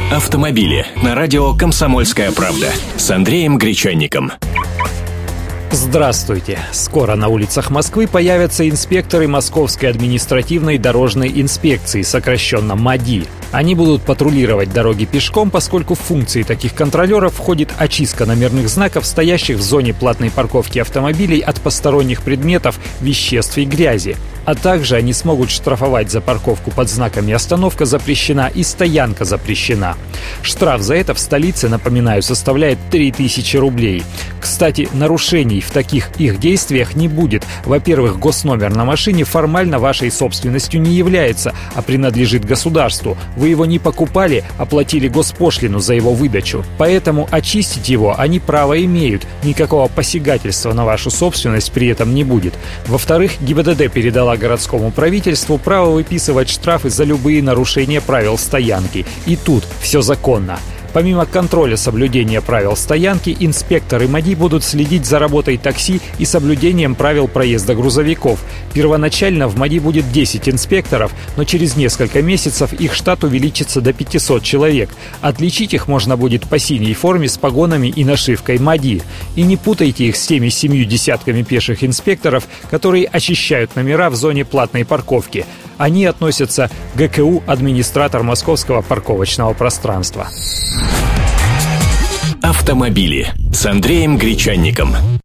Автомобили на радио «Комсомольская правда» с Андреем Гречанником. Здравствуйте! Скоро на улицах Москвы появятся инспекторы Московской административной дорожной инспекции, сокращенно МАДИ. Они будут патрулировать дороги пешком, поскольку в функции таких контролеров входит очистка номерных знаков, стоящих в зоне платной парковки автомобилей от посторонних предметов, веществ и грязи. А также они смогут штрафовать за парковку под знаками «Остановка запрещена» и «Стоянка запрещена». Штраф за это в столице, напоминаю, составляет 3000 рублей. Кстати, нарушений в таких их действиях не будет. Во-первых, госномер на машине формально вашей собственностью не является, а принадлежит государству. Вы его не покупали, а платили госпошлину за его выдачу. Поэтому очистить его они право имеют. Никакого посягательства на вашу собственность при этом не будет. Во-вторых, ГИБДД передала городскому правительству право выписывать штрафы за любые нарушения правил стоянки. И тут все законно. Помимо контроля соблюдения правил стоянки, инспекторы МАДИ будут следить за работой такси и соблюдением правил проезда грузовиков. Первоначально в МАДИ будет 10 инспекторов, но через несколько месяцев их штат увеличится до 500 человек. Отличить их можно будет по синей форме с погонами и нашивкой МАДИ. И не путайте их с теми 7 десятками пеших инспекторов, которые очищают номера в зоне платной парковки. Они относятся к ГКУ «Администратор московского парковочного пространства». Автомобили с Андреем Гречанником.